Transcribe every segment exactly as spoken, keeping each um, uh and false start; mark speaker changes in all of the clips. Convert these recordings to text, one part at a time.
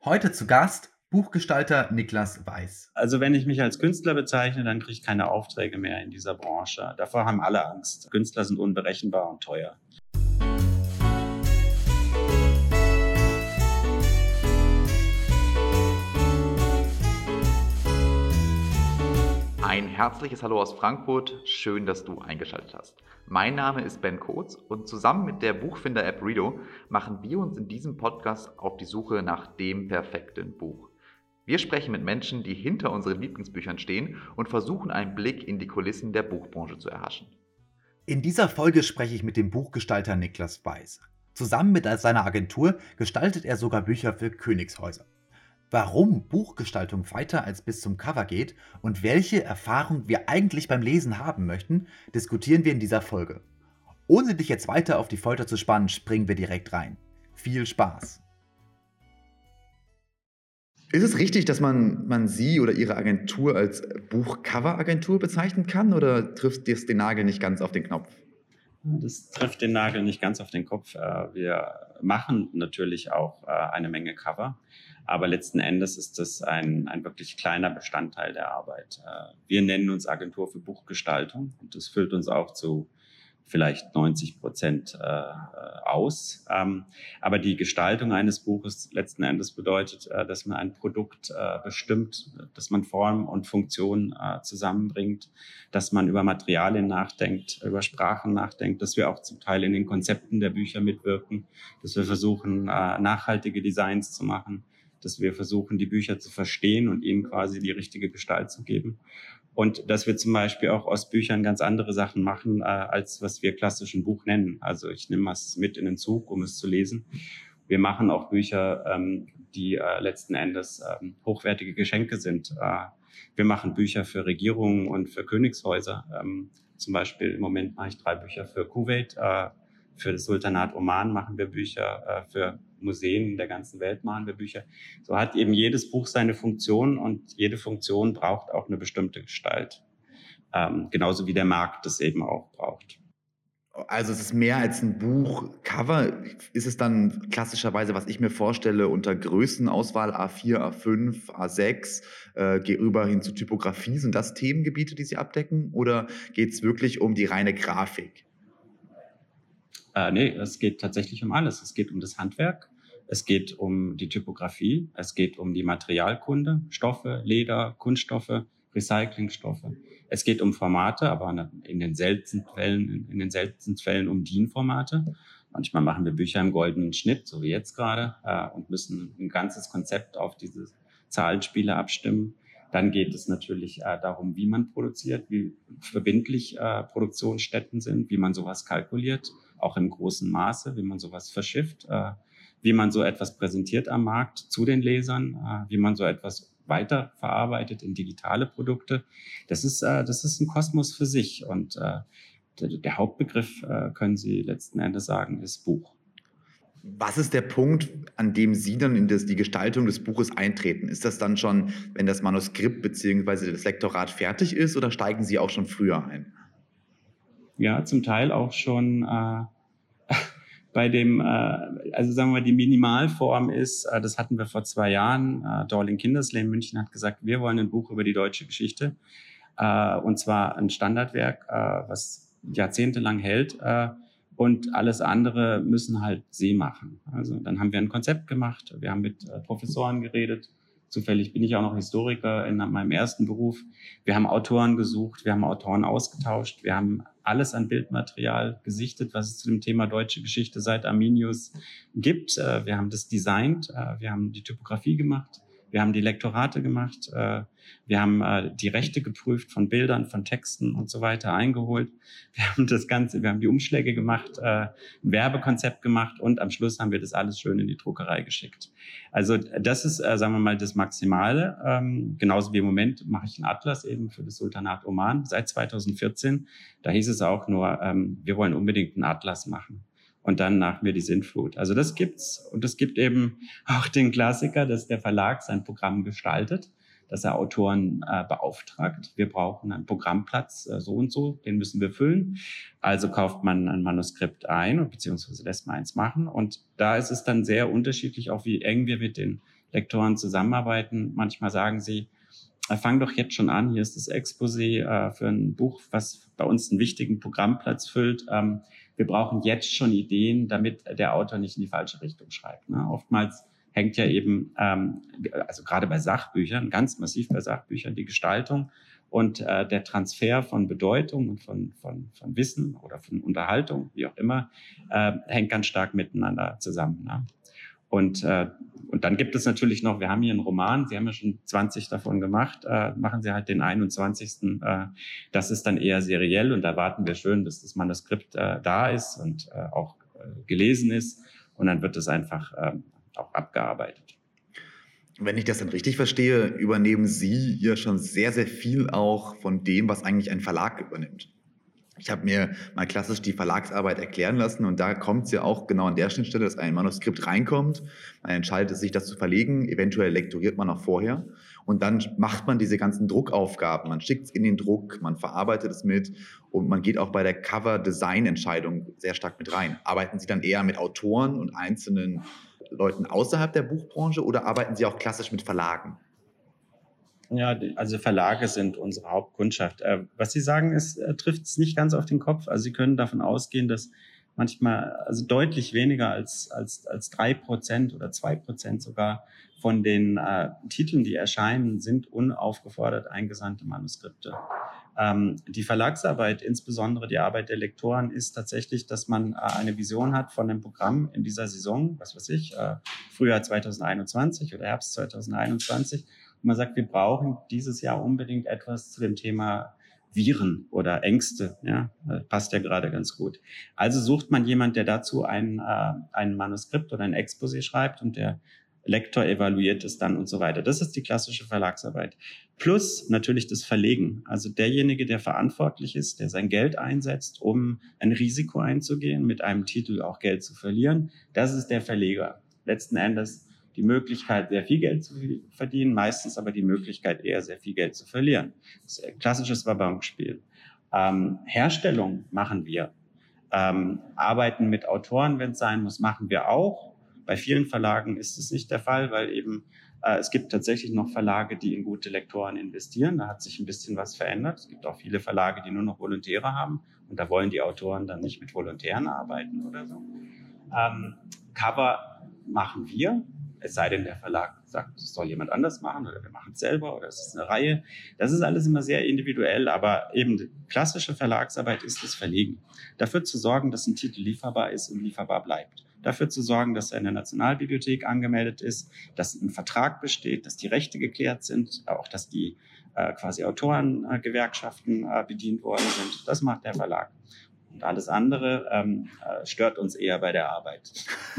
Speaker 1: Heute zu Gast Buchgestalter Niklas Weiß.
Speaker 2: Also wenn ich mich als Künstler bezeichne, dann kriege ich keine Aufträge mehr in dieser Branche. Davor haben alle Angst. Künstler sind unberechenbar und teuer.
Speaker 3: Ein herzliches Hallo aus Frankfurt, schön, dass du eingeschaltet hast. Mein Name ist Ben Kotz und zusammen mit der Buchfinder-App Redo machen wir uns in diesem Podcast auf die Suche nach dem perfekten Buch. Wir sprechen mit Menschen, die hinter unseren Lieblingsbüchern stehen und versuchen einen Blick in die Kulissen der Buchbranche zu erhaschen.
Speaker 1: In dieser Folge spreche ich mit dem Buchgestalter Niklas Weiß. Zusammen mit seiner Agentur gestaltet er sogar Bücher für Königshäuser. Warum Buchgestaltung weiter als bis zum Cover geht und welche Erfahrung wir eigentlich beim Lesen haben möchten, diskutieren wir in dieser Folge. Ohne dich jetzt weiter auf die Folter zu spannen, springen wir direkt rein. Viel Spaß! Ist es richtig, dass man, man Sie oder Ihre Agentur als Buchcover-Agentur bezeichnen kann oder trifft das den Nagel nicht ganz auf den Knopf?
Speaker 2: Das trifft den Nagel nicht ganz auf den Kopf. Wir machen natürlich auch eine Menge Cover, aber letzten Endes ist das ein, ein wirklich kleiner Bestandteil der Arbeit. Wir nennen uns Agentur für Buchgestaltung und das füllt uns auch zu vielleicht neunzig Prozent äh, aus. Ähm, aber die Gestaltung eines Buches letzten Endes bedeutet, äh, dass man ein Produkt äh, bestimmt, dass man Form und Funktion äh, zusammenbringt, dass man über Materialien nachdenkt, über Sprachen nachdenkt, dass wir auch zum Teil in den Konzepten der Bücher mitwirken, dass wir versuchen, äh, nachhaltige Designs zu machen, dass wir versuchen, die Bücher zu verstehen und ihnen quasi die richtige Gestalt zu geben. Und dass wir zum Beispiel auch aus Büchern ganz andere Sachen machen, äh, als was wir klassisch ein Buch nennen. Also ich nehme was mit in den Zug, um es zu lesen. Wir machen auch Bücher, ähm, die äh, letzten Endes ähm, hochwertige Geschenke sind. Äh, wir machen Bücher für Regierungen und für Königshäuser. Ähm, zum Beispiel im Moment mache ich drei Bücher für Kuwait. Äh, für das Sultanat Oman machen wir Bücher, äh, für Museen der ganzen Welt machen wir Bücher. So hat eben jedes Buch seine Funktion und jede Funktion braucht auch eine bestimmte Gestalt. Ähm, genauso wie der Markt das eben auch braucht.
Speaker 1: Also es ist mehr als ein Buchcover. Ist es dann klassischerweise, was ich mir vorstelle, unter Größenauswahl A vier, A fünf, A sechs, äh, geh rüber hin zu Typografie. Sind das Themengebiete, die Sie abdecken? Oder geht es wirklich um die reine Grafik?
Speaker 2: Äh, nee, es geht tatsächlich um alles. Es geht um das Handwerk, es geht um die Typografie, es geht um die Materialkunde, Stoffe, Leder, Kunststoffe, Recyclingstoffe. Es geht um Formate, aber in den seltensten Fällen, in den seltensten Fällen um D I N-Formate. Manchmal machen wir Bücher im goldenen Schnitt, so wie jetzt gerade, äh, und müssen ein ganzes Konzept auf diese Zahlenspiele abstimmen. Dann geht es natürlich äh, darum, wie man produziert, wie verbindlich äh, Produktionsstätten sind, wie man sowas kalkuliert, auch im großen Maße, wie man sowas verschifft, äh, wie man so etwas präsentiert am Markt zu den Lesern, äh, wie man so etwas weiterverarbeitet in digitale Produkte. Das ist, äh, das ist ein Kosmos für sich und äh, der, der Hauptbegriff, äh, können Sie letzten Endes sagen, ist Buch.
Speaker 1: Was ist der Punkt, an dem Sie dann in das, die Gestaltung des Buches eintreten? Ist das dann schon, wenn das Manuskript bzw. das Lektorat fertig ist oder steigen Sie auch schon früher ein?
Speaker 2: Ja, zum Teil auch schon äh, bei dem, äh, also sagen wir mal, die Minimalform ist, äh, das hatten wir vor zwei Jahren, äh, Dorling Kindersley in München hat gesagt, wir wollen ein Buch über die deutsche Geschichte äh, und zwar ein Standardwerk, äh, was jahrzehntelang hält, äh, und alles andere müssen halt Sie machen. Also dann haben wir ein Konzept gemacht, wir haben mit äh, Professoren geredet. Zufällig bin ich auch noch Historiker in meinem ersten Beruf. Wir haben Autoren gesucht, wir haben Autoren ausgetauscht, wir haben alles an Bildmaterial gesichtet, was es zu dem Thema deutsche Geschichte seit Arminius gibt. Äh, wir haben das designt, äh, wir haben die Typografie gemacht, wir haben die Lektorate gemacht, äh, wir haben äh, die Rechte geprüft von Bildern, von Texten und so weiter eingeholt. Wir haben das Ganze, wir haben die Umschläge gemacht, äh, ein Werbekonzept gemacht und am Schluss haben wir das alles schön in die Druckerei geschickt. Also das ist, äh, sagen wir mal, das Maximale. Ähm, genauso wie im Moment mache ich einen Atlas eben für das Sultanat Oman seit zweitausendvierzehn. Da hieß es auch nur, ähm, wir wollen unbedingt einen Atlas machen. Und dann nach mir die Sintflut. Also das gibt's. Und es gibt eben auch den Klassiker, dass der Verlag sein Programm gestaltet, dass er Autoren äh, beauftragt. Wir brauchen einen Programmplatz, äh, so und so, den müssen wir füllen. Also kauft man ein Manuskript ein, beziehungsweise lässt man eins machen. Und da ist es dann sehr unterschiedlich, auch wie eng wir mit den Lektoren zusammenarbeiten, manchmal sagen sie, fang doch jetzt schon an, hier ist das Exposé äh, für ein Buch, was bei uns einen wichtigen Programmplatz füllt. Ähm, wir brauchen jetzt schon Ideen, damit der Autor nicht in die falsche Richtung schreibt. Ne? Oftmals hängt ja eben, ähm, also gerade bei Sachbüchern, ganz massiv bei Sachbüchern, die Gestaltung und äh, der Transfer von Bedeutung und von, von, von Wissen oder von Unterhaltung, wie auch immer, äh, hängt ganz stark miteinander zusammen. Ne? Und, äh, und dann gibt es natürlich noch, wir haben hier einen Roman, Sie haben ja schon zwanzig davon gemacht, äh, machen Sie halt den einundzwanzigsten Äh, das ist dann eher seriell und da warten wir schön, bis das Manuskript äh, da ist und äh, auch äh, gelesen ist und dann wird es einfach äh, auch abgearbeitet.
Speaker 4: Wenn ich das dann richtig verstehe, übernehmen Sie ja schon sehr, sehr viel auch von dem, was eigentlich ein Verlag übernimmt. Ich habe mir mal klassisch die Verlagsarbeit erklären lassen und da kommt es ja auch genau an der Schnittstelle, dass ein Manuskript reinkommt, man entscheidet sich, das zu verlegen, eventuell lektoriert man noch vorher und dann macht man diese ganzen Druckaufgaben, man schickt es in den Druck, man verarbeitet es mit und man geht auch bei der Cover-Design-Entscheidung sehr stark mit rein. Arbeiten Sie dann eher mit Autoren und einzelnen Leuten außerhalb der Buchbranche oder arbeiten Sie auch klassisch mit Verlagen?
Speaker 2: Ja, also Verlage sind unsere Hauptkundschaft. Was Sie sagen, ist, trifft es nicht ganz auf den Kopf. Also Sie können davon ausgehen, dass manchmal, also deutlich weniger als, als, als drei Prozent oder zwei Prozent sogar von den äh, Titeln, die erscheinen, sind unaufgefordert eingesandte Manuskripte. Ähm, die Verlagsarbeit, insbesondere die Arbeit der Lektoren, ist tatsächlich, dass man äh, eine Vision hat von dem Programm in dieser Saison, was weiß ich, äh, Frühjahr zwanzig einundzwanzig oder Herbst zwanzig einundzwanzig. Und man sagt, wir brauchen dieses Jahr unbedingt etwas zu dem Thema Viren oder Ängste. Ja, das passt ja gerade ganz gut. Also sucht man jemand, der dazu ein, äh, ein Manuskript oder ein Exposé schreibt und der Lektor evaluiert es dann und so weiter. Das ist die klassische Verlagsarbeit. Plus natürlich das Verlegen. Also derjenige, der verantwortlich ist, der sein Geld einsetzt, um ein Risiko einzugehen, mit einem Titel auch Geld zu verlieren, das ist der Verleger. Letzten Endes die Möglichkeit, sehr viel Geld zu verdienen, meistens aber die Möglichkeit, eher sehr viel Geld zu verlieren. Das ist ein klassisches Wabonspiel. Ähm, Herstellung machen wir. Ähm, arbeiten mit Autoren, wenn es sein muss, machen wir auch. Bei vielen Verlagen ist es nicht der Fall, weil eben äh, es gibt tatsächlich noch Verlage, die in gute Lektoren investieren. Da hat sich ein bisschen was verändert. Es gibt auch viele Verlage, die nur noch Volontäre haben und da wollen die Autoren dann nicht mit Volontären arbeiten oder so. Ähm, Cover machen wir. Es sei denn, der Verlag sagt, das soll jemand anders machen oder wir machen es selber oder es ist eine Reihe. Das ist alles immer sehr individuell, aber eben die klassische Verlagsarbeit ist das Verlegen. Dafür zu sorgen, dass ein Titel lieferbar ist und lieferbar bleibt. Dafür zu sorgen, dass er in der Nationalbibliothek angemeldet ist, dass ein Vertrag besteht, dass die Rechte geklärt sind, auch dass die äh, quasi Autorengewerkschaften äh, bedient worden sind. Das macht der Verlag. Und alles andere ähm, stört uns eher bei der Arbeit.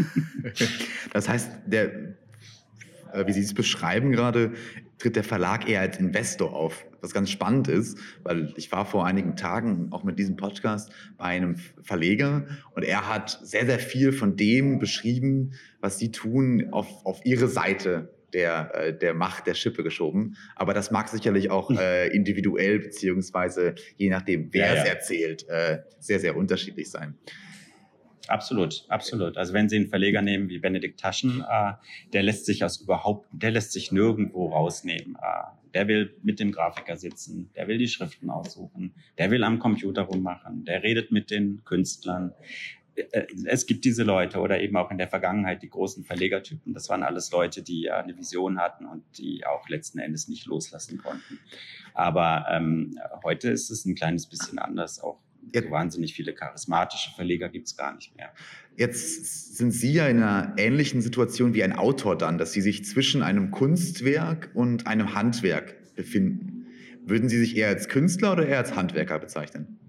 Speaker 4: Das heißt, der, äh, wie Sie es beschreiben gerade, tritt der Verlag eher als Investor auf, was ganz spannend ist, weil ich war vor einigen Tagen auch mit diesem Podcast bei einem Verleger und er hat sehr, sehr viel von dem beschrieben, was Sie tun, auf, auf Ihre Seite der, der Macht der Schippe geschoben. Aber das mag sicherlich auch äh, individuell beziehungsweise je nachdem, wer ja, ja. es erzählt, äh, sehr, sehr unterschiedlich sein.
Speaker 2: Absolut, absolut. Also wenn Sie einen Verleger nehmen wie Benedikt Taschen, äh, der lässt sich aus überhaupt, der lässt sich nirgendwo rausnehmen. Äh, der will mit dem Grafiker sitzen, der will die Schriften aussuchen, der will am Computer rummachen, der redet mit den Künstlern. Es gibt diese Leute oder eben auch in der Vergangenheit die großen Verlegertypen. Das waren alles Leute, die eine Vision hatten und die auch letzten Endes nicht loslassen konnten. Aber ähm, heute ist es ein kleines bisschen anders. Auch so wahnsinnig viele charismatische Verleger gibt es gar nicht mehr.
Speaker 4: Jetzt sind Sie ja in einer ähnlichen Situation wie ein Autor dann, dass Sie sich zwischen einem Kunstwerk und einem Handwerk befinden. Würden Sie sich eher als Künstler oder eher als Handwerker bezeichnen?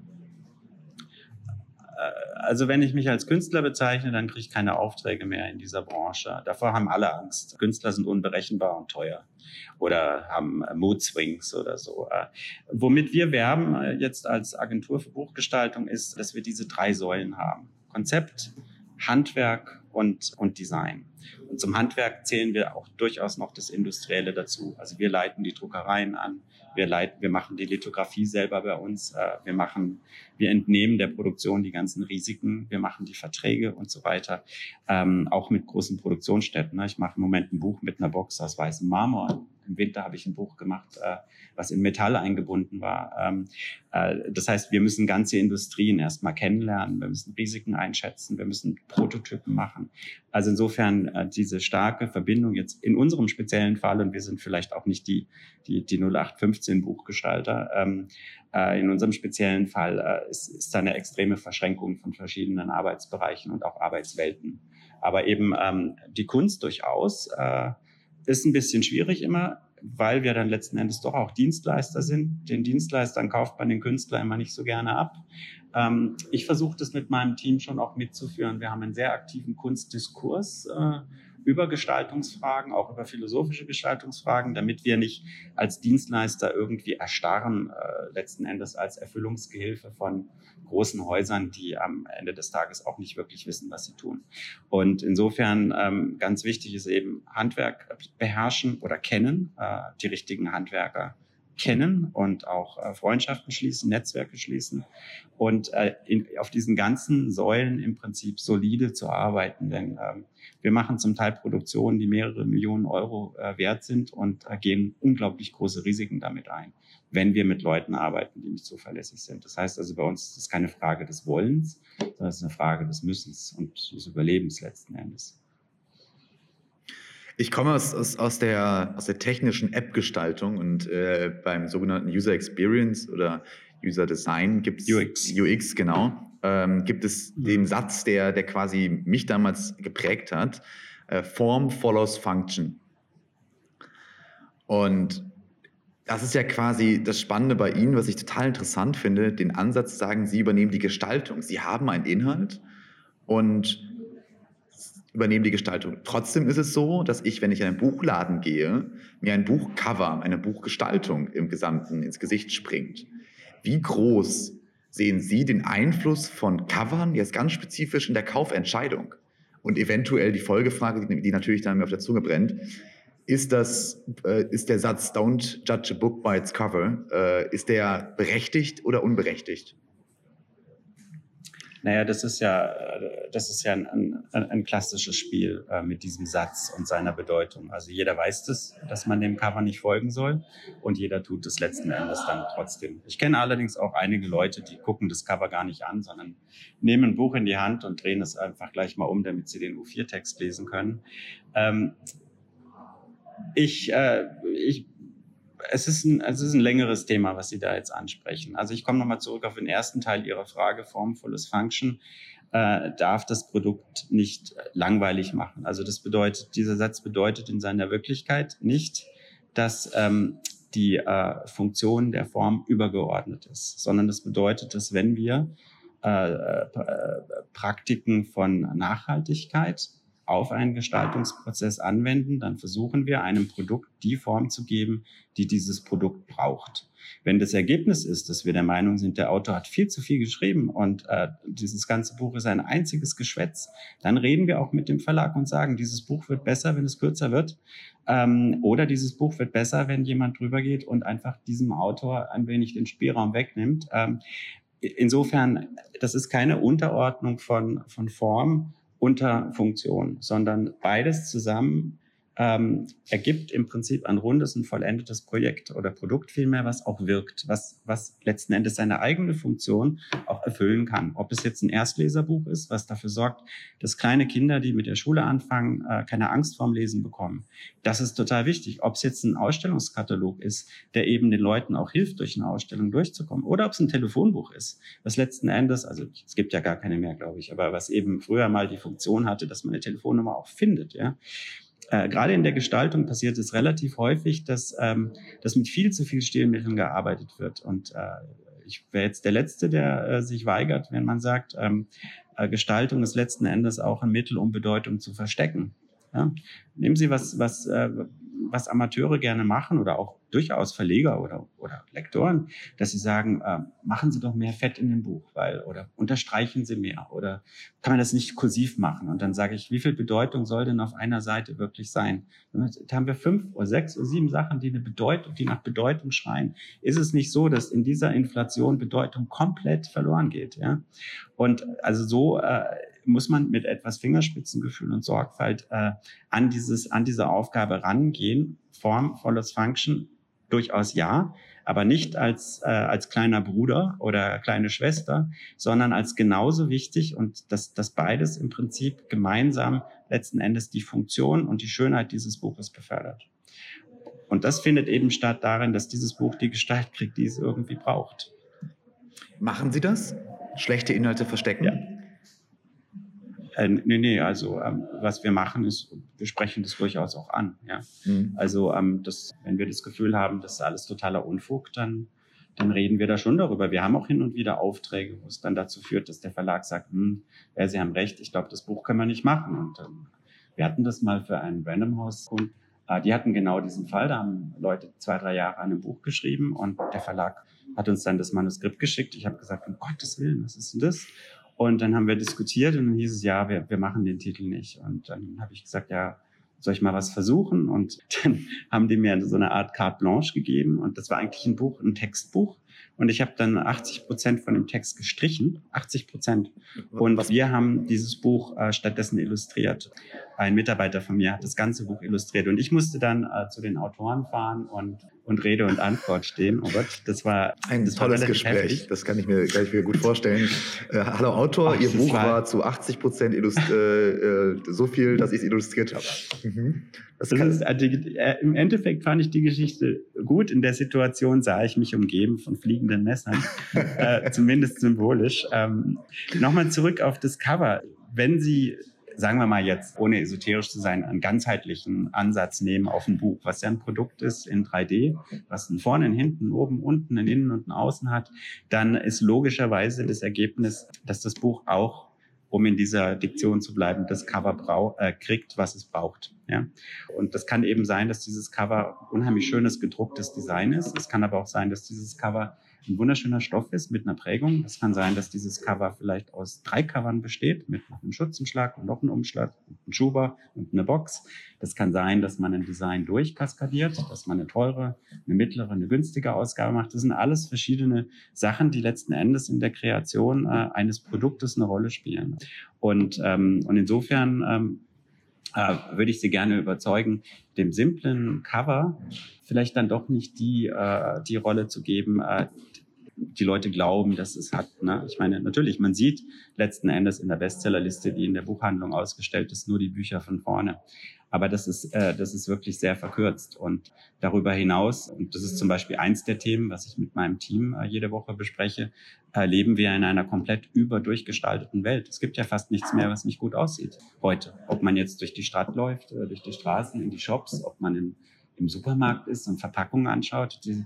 Speaker 2: Also wenn ich mich als Künstler bezeichne, dann kriege ich keine Aufträge mehr in dieser Branche. Davor haben alle Angst. Künstler sind unberechenbar und teuer oder haben Mood Swings oder so. Womit wir werben jetzt als Agentur für Buchgestaltung ist, dass wir diese drei Säulen haben. Konzept, Handwerk und, und Design. Und zum Handwerk zählen wir auch durchaus noch das Industrielle dazu. Also wir leiten die Druckereien an, wir leiten, wir machen die Lithografie selber bei uns, äh, wir machen, wir entnehmen der Produktion die ganzen Risiken, wir machen die Verträge und so weiter, ähm, auch mit großen Produktionsstätten. Ne? Ich mache im Moment ein Buch mit einer Box aus weißem Marmor. Im Winter habe ich ein Buch gemacht, äh, was in Metall eingebunden war. Ähm, äh, das heißt, wir müssen ganze Industrien erstmal kennenlernen, wir müssen Risiken einschätzen, wir müssen Prototypen machen. Also insofern äh, diese starke Verbindung jetzt in unserem speziellen Fall, und wir sind vielleicht auch nicht die, die, die null acht fünfzehn Buchgestalter, ähm, äh, in unserem speziellen Fall äh, ist, ist da eine extreme Verschränkung von verschiedenen Arbeitsbereichen und auch Arbeitswelten. Aber eben ähm, die Kunst durchaus äh, ist ein bisschen schwierig immer, weil wir dann letzten Endes doch auch Dienstleister sind. Den Dienstleistern kauft man den Künstler immer nicht so gerne ab. Ähm, ich versuche das mit meinem Team schon auch mitzuführen. Wir haben einen sehr aktiven Kunstdiskurs äh, über Gestaltungsfragen, auch über philosophische Gestaltungsfragen, damit wir nicht als Dienstleister irgendwie erstarren, äh, letzten Endes als Erfüllungsgehilfe von großen Häusern, die am Ende des Tages auch nicht wirklich wissen, was sie tun. Und insofern ähm, ganz wichtig ist eben Handwerk beherrschen oder kennen, äh, die richtigen Handwerker kennen und auch äh, Freundschaften schließen, Netzwerke schließen und äh, in, auf diesen ganzen Säulen im Prinzip solide zu arbeiten. Denn ähm, wir machen zum Teil Produktionen, die mehrere Millionen Euro äh, wert sind und äh, gehen unglaublich große Risiken damit ein, wenn wir mit Leuten arbeiten, die nicht zuverlässig sind. Das heißt also, bei uns ist es keine Frage des Wollens, sondern es ist eine Frage des Müssens und des Überlebens letzten Endes.
Speaker 4: Ich komme aus, aus, aus, der, aus der technischen App-Gestaltung und äh, beim sogenannten User Experience oder User Design gibt es
Speaker 2: U X.
Speaker 4: U X, genau, ähm, gibt es
Speaker 2: Mhm.
Speaker 4: den Satz, der, der quasi mich damals geprägt hat, äh, Form follows Function. Und das ist ja quasi das Spannende bei Ihnen, was ich total interessant finde, den Ansatz zu sagen, Sie übernehmen die Gestaltung. Sie haben einen Inhalt und übernehmen die Gestaltung. Trotzdem ist es so, dass ich, wenn ich in einen Buchladen gehe, mir ein Buchcover, eine Buchgestaltung im Gesamten ins Gesicht springt. Wie groß sehen Sie den Einfluss von Covern jetzt ganz spezifisch in der Kaufentscheidung? Und eventuell die Folgefrage, die, die natürlich dann mir auf der Zunge brennt, ist, das, äh, ist der Satz "Don't judge a book by its cover", äh, ist der berechtigt oder unberechtigt?
Speaker 2: Naja, das ist ja, das ist ja ein, ein, ein klassisches Spiel äh, mit diesem Satz und seiner Bedeutung. Also jeder weiß das, dass man dem Cover nicht folgen soll und jeder tut es letzten Endes dann trotzdem. Ich kenne allerdings auch einige Leute, die gucken das Cover gar nicht an, sondern nehmen ein Buch in die Hand und drehen es einfach gleich mal um, damit sie den U vier Text lesen können. Ähm, ich, äh, ich Es ist, ein, es ist ein längeres Thema, was Sie da jetzt ansprechen. Also ich komme nochmal zurück auf den ersten Teil Ihrer Frage, Formvolles Function. Äh, darf das Produkt nicht langweilig machen. Also das bedeutet, dieser Satz bedeutet in seiner Wirklichkeit nicht, dass ähm, die äh, Funktion der Form übergeordnet ist, sondern das bedeutet, dass wenn wir äh, äh, Praktiken von Nachhaltigkeit auf einen Gestaltungsprozess anwenden, dann versuchen wir einem Produkt die Form zu geben, die dieses Produkt braucht. Wenn das Ergebnis ist, dass wir der Meinung sind, der Autor hat viel zu viel geschrieben und äh, dieses ganze Buch ist ein einziges Geschwätz, dann reden wir auch mit dem Verlag und sagen, dieses Buch wird besser, wenn es kürzer wird, ähm, oder dieses Buch wird besser, wenn jemand drüber geht und einfach diesem Autor ein wenig den Spielraum wegnimmt. Ähm, insofern, das ist keine Unterordnung von, von Form unter Funktion, sondern beides zusammen ähm, ergibt im Prinzip ein rundes und vollendetes Projekt oder Produkt vielmehr, was auch wirkt, was, was letzten Endes seine eigene Funktion auch erfüllen kann. Ob es jetzt ein Erstleserbuch ist, was dafür sorgt, dass kleine Kinder, die mit der Schule anfangen, äh, keine Angst vorm Lesen bekommen. Das ist total wichtig. Ob es jetzt ein Ausstellungskatalog ist, der eben den Leuten auch hilft, durch eine Ausstellung durchzukommen, oder ob es ein Telefonbuch ist, was letzten Endes, also es gibt ja gar keine mehr, glaube ich, aber was eben früher mal die Funktion hatte, dass man eine Telefonnummer auch findet, ja. Äh, gerade in der Gestaltung passiert es relativ häufig, dass, ähm, dass mit viel zu viel Stilmitteln gearbeitet wird. Und äh, ich wäre jetzt der Letzte, der äh, sich weigert, wenn man sagt, ähm, äh, Gestaltung ist letzten Endes auch ein Mittel, um Bedeutung zu verstecken. Ja? Nehmen Sie was, was, äh, was Amateure gerne machen oder auch durchaus Verleger oder, oder Lektoren, dass sie sagen, äh, machen Sie doch mehr Fett in dem Buch, weil, oder unterstreichen Sie mehr oder kann man das nicht kursiv machen? Und dann sage ich, wie viel Bedeutung soll denn auf einer Seite wirklich sein? Da haben wir fünf oder sechs oder sieben Sachen, die eine Bedeutung, die nach Bedeutung schreien. Ist es nicht so, dass in dieser Inflation Bedeutung komplett verloren geht? Ja? Und also so äh, muss man mit etwas Fingerspitzengefühl und Sorgfalt äh, an dieses, an diese Aufgabe rangehen. Form follows Function, durchaus ja, aber nicht als, äh, als kleiner Bruder oder kleine Schwester, sondern als genauso wichtig und dass, dass beides im Prinzip gemeinsam letzten Endes die Funktion und die Schönheit dieses Buches befördert. Und das findet eben statt darin, dass dieses Buch die Gestalt kriegt, die es irgendwie braucht.
Speaker 4: Machen Sie das? Schlechte Inhalte verstecken?
Speaker 2: Ja. Äh, nee, nee, also ähm, was wir machen ist, wir sprechen das durchaus auch an. Ja? Mhm. Also ähm, das, wenn wir das Gefühl haben, das ist alles totaler Unfug, dann, dann reden wir da schon darüber. Wir haben auch hin und wieder Aufträge, wo es dann dazu führt, dass der Verlag sagt, hm, ja, Sie haben recht, ich glaube, das Buch können wir nicht machen. Und ähm, wir hatten das mal für einen Random House-Kunden. Äh, die hatten genau diesen Fall, da haben Leute zwei, drei Jahre an einem Buch geschrieben und der Verlag hat uns dann das Manuskript geschickt. Ich habe gesagt, um Gottes Willen, was ist denn das? Und dann haben wir diskutiert und dann hieß es, ja, wir, wir machen den Titel nicht. Und dann habe ich gesagt, ja, soll ich mal was versuchen? Und dann haben die mir so eine Art Carte Blanche gegeben. Und das war eigentlich ein Buch, ein Textbuch. Und ich habe dann achtzig Prozent von dem Text gestrichen, achtzig Prozent. Und was? Wir haben dieses Buch äh, stattdessen illustriert. Ein Mitarbeiter von mir hat das ganze Buch illustriert. Und ich musste dann äh, zu den Autoren fahren und, und Rede und Antwort stehen. Oh Gott, das war
Speaker 4: ein
Speaker 2: das
Speaker 4: tolles
Speaker 2: war
Speaker 4: Gespräch.
Speaker 2: Heftig.
Speaker 4: Das kann ich mir gleich wieder gut vorstellen. Äh, hallo Autor, Ach, Ihr Buch war, war zu achtzig Prozent illust- äh, äh, so viel, dass ich es illustriert habe. Mhm.
Speaker 2: Das das ist, also, äh, im Endeffekt fand ich die Geschichte gut. In der Situation sah ich mich umgeben von fliegenden Messern, äh, zumindest symbolisch. Ähm, Nochmal zurück auf das Cover. Wenn Sie, sagen wir mal jetzt, ohne esoterisch zu sein, einen ganzheitlichen Ansatz nehmen auf ein Buch, was ja ein Produkt ist in drei D, was einen vorne, einen hinten, oben, unten, einen innen und einen außen hat, dann ist logischerweise das Ergebnis, dass das Buch auch, um in dieser Diktion zu bleiben, das Cover brau- äh, kriegt, was es braucht. Ja? Und das kann eben sein, dass dieses Cover unheimlich schönes, gedrucktes Design ist. Es kann aber auch sein, dass dieses Cover ein wunderschöner Stoff ist mit einer Prägung. Es kann sein, dass dieses Cover vielleicht aus drei Covern besteht, mit einem Schutzumschlag und noch einem Umschlag und einem Schuber und einer Box. Das kann sein, dass man ein Design durchkaskadiert, dass man eine teure, eine mittlere, eine günstige Ausgabe macht. Das sind alles verschiedene Sachen, die letzten Endes in der Kreation äh, eines Produktes eine Rolle spielen. Und, ähm, und insofern ähm, äh, würde ich Sie gerne überzeugen, dem simplen Cover vielleicht dann doch nicht die, äh, die Rolle zu geben, äh, die Leute glauben, dass es hat. Ne? Ich meine, natürlich, man sieht letzten Endes in der Bestsellerliste, die in der Buchhandlung ausgestellt ist, nur die Bücher von vorne. Aber das ist, äh, das ist wirklich sehr verkürzt. Und darüber hinaus, und das ist zum Beispiel eins der Themen, was ich mit meinem Team äh, jede Woche bespreche, äh, leben wir in einer komplett überdurchgestalteten Welt. Es gibt ja fast nichts mehr, was nicht gut aussieht heute. Ob man jetzt durch die Stadt läuft, äh, durch die Straßen, in die Shops, ob man in, im Supermarkt ist und Verpackungen anschaut. Die,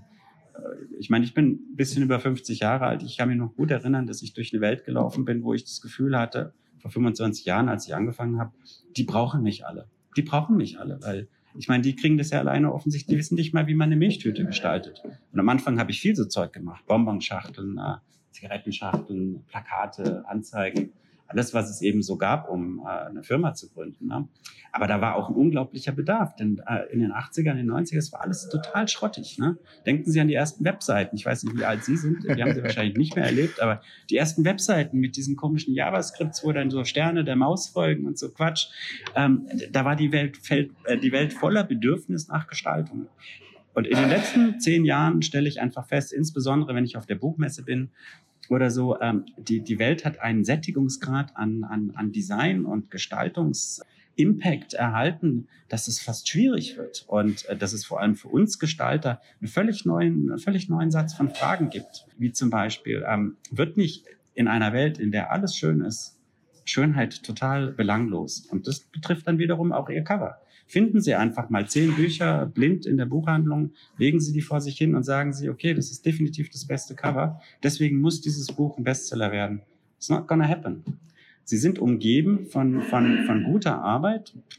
Speaker 2: Ich meine, ich bin ein bisschen über fünfzig Jahre alt. Ich kann mich noch gut erinnern, dass ich durch eine Welt gelaufen bin, wo ich das Gefühl hatte, vor fünfundzwanzig Jahren, als ich angefangen habe, die brauchen mich alle. Die brauchen mich alle, weil ich meine, die kriegen das ja alleine offensichtlich, die wissen nicht mal, wie man eine Milchtüte gestaltet. Und am Anfang habe ich viel so Zeug gemacht. Bonbonschachteln, äh, Zigarettenschachteln, Plakate, Anzeigen. Alles, was es eben so gab, um äh, eine Firma zu gründen. Ne? Aber da war auch ein unglaublicher Bedarf, denn äh, in den achtzigern, in den neunzigern, es war alles total schrottig. Ne? Denken Sie an die ersten Webseiten. Ich weiß nicht, wie alt Sie sind, die haben Sie wahrscheinlich nicht mehr erlebt, aber die ersten Webseiten mit diesen komischen JavaScripts, wo dann so Sterne der Maus folgen und so Quatsch, ähm, da war die Welt, fällt, äh, die Welt voller Bedürfnis nach Gestaltung. Und in den letzten zehn Jahren stelle ich einfach fest, insbesondere wenn ich auf der Buchmesse bin, oder so, ähm, die, die Welt hat einen Sättigungsgrad an, an, an Design und Gestaltungsimpact erhalten, dass es fast schwierig wird und äh, dass es vor allem für uns Gestalter einen völlig neuen, einen völlig neuen Satz von Fragen gibt. Wie zum Beispiel, ähm, wird nicht in einer Welt, in der alles schön ist, Schönheit total belanglos? Und das betrifft dann wiederum auch Ihr Cover. Finden Sie einfach mal zehn Bücher blind in der Buchhandlung, legen Sie die vor sich hin und sagen Sie, okay, das ist definitiv das beste Cover, deswegen muss dieses Buch ein Bestseller werden. It's not gonna happen. Sie sind umgeben von, von, von guter Arbeit,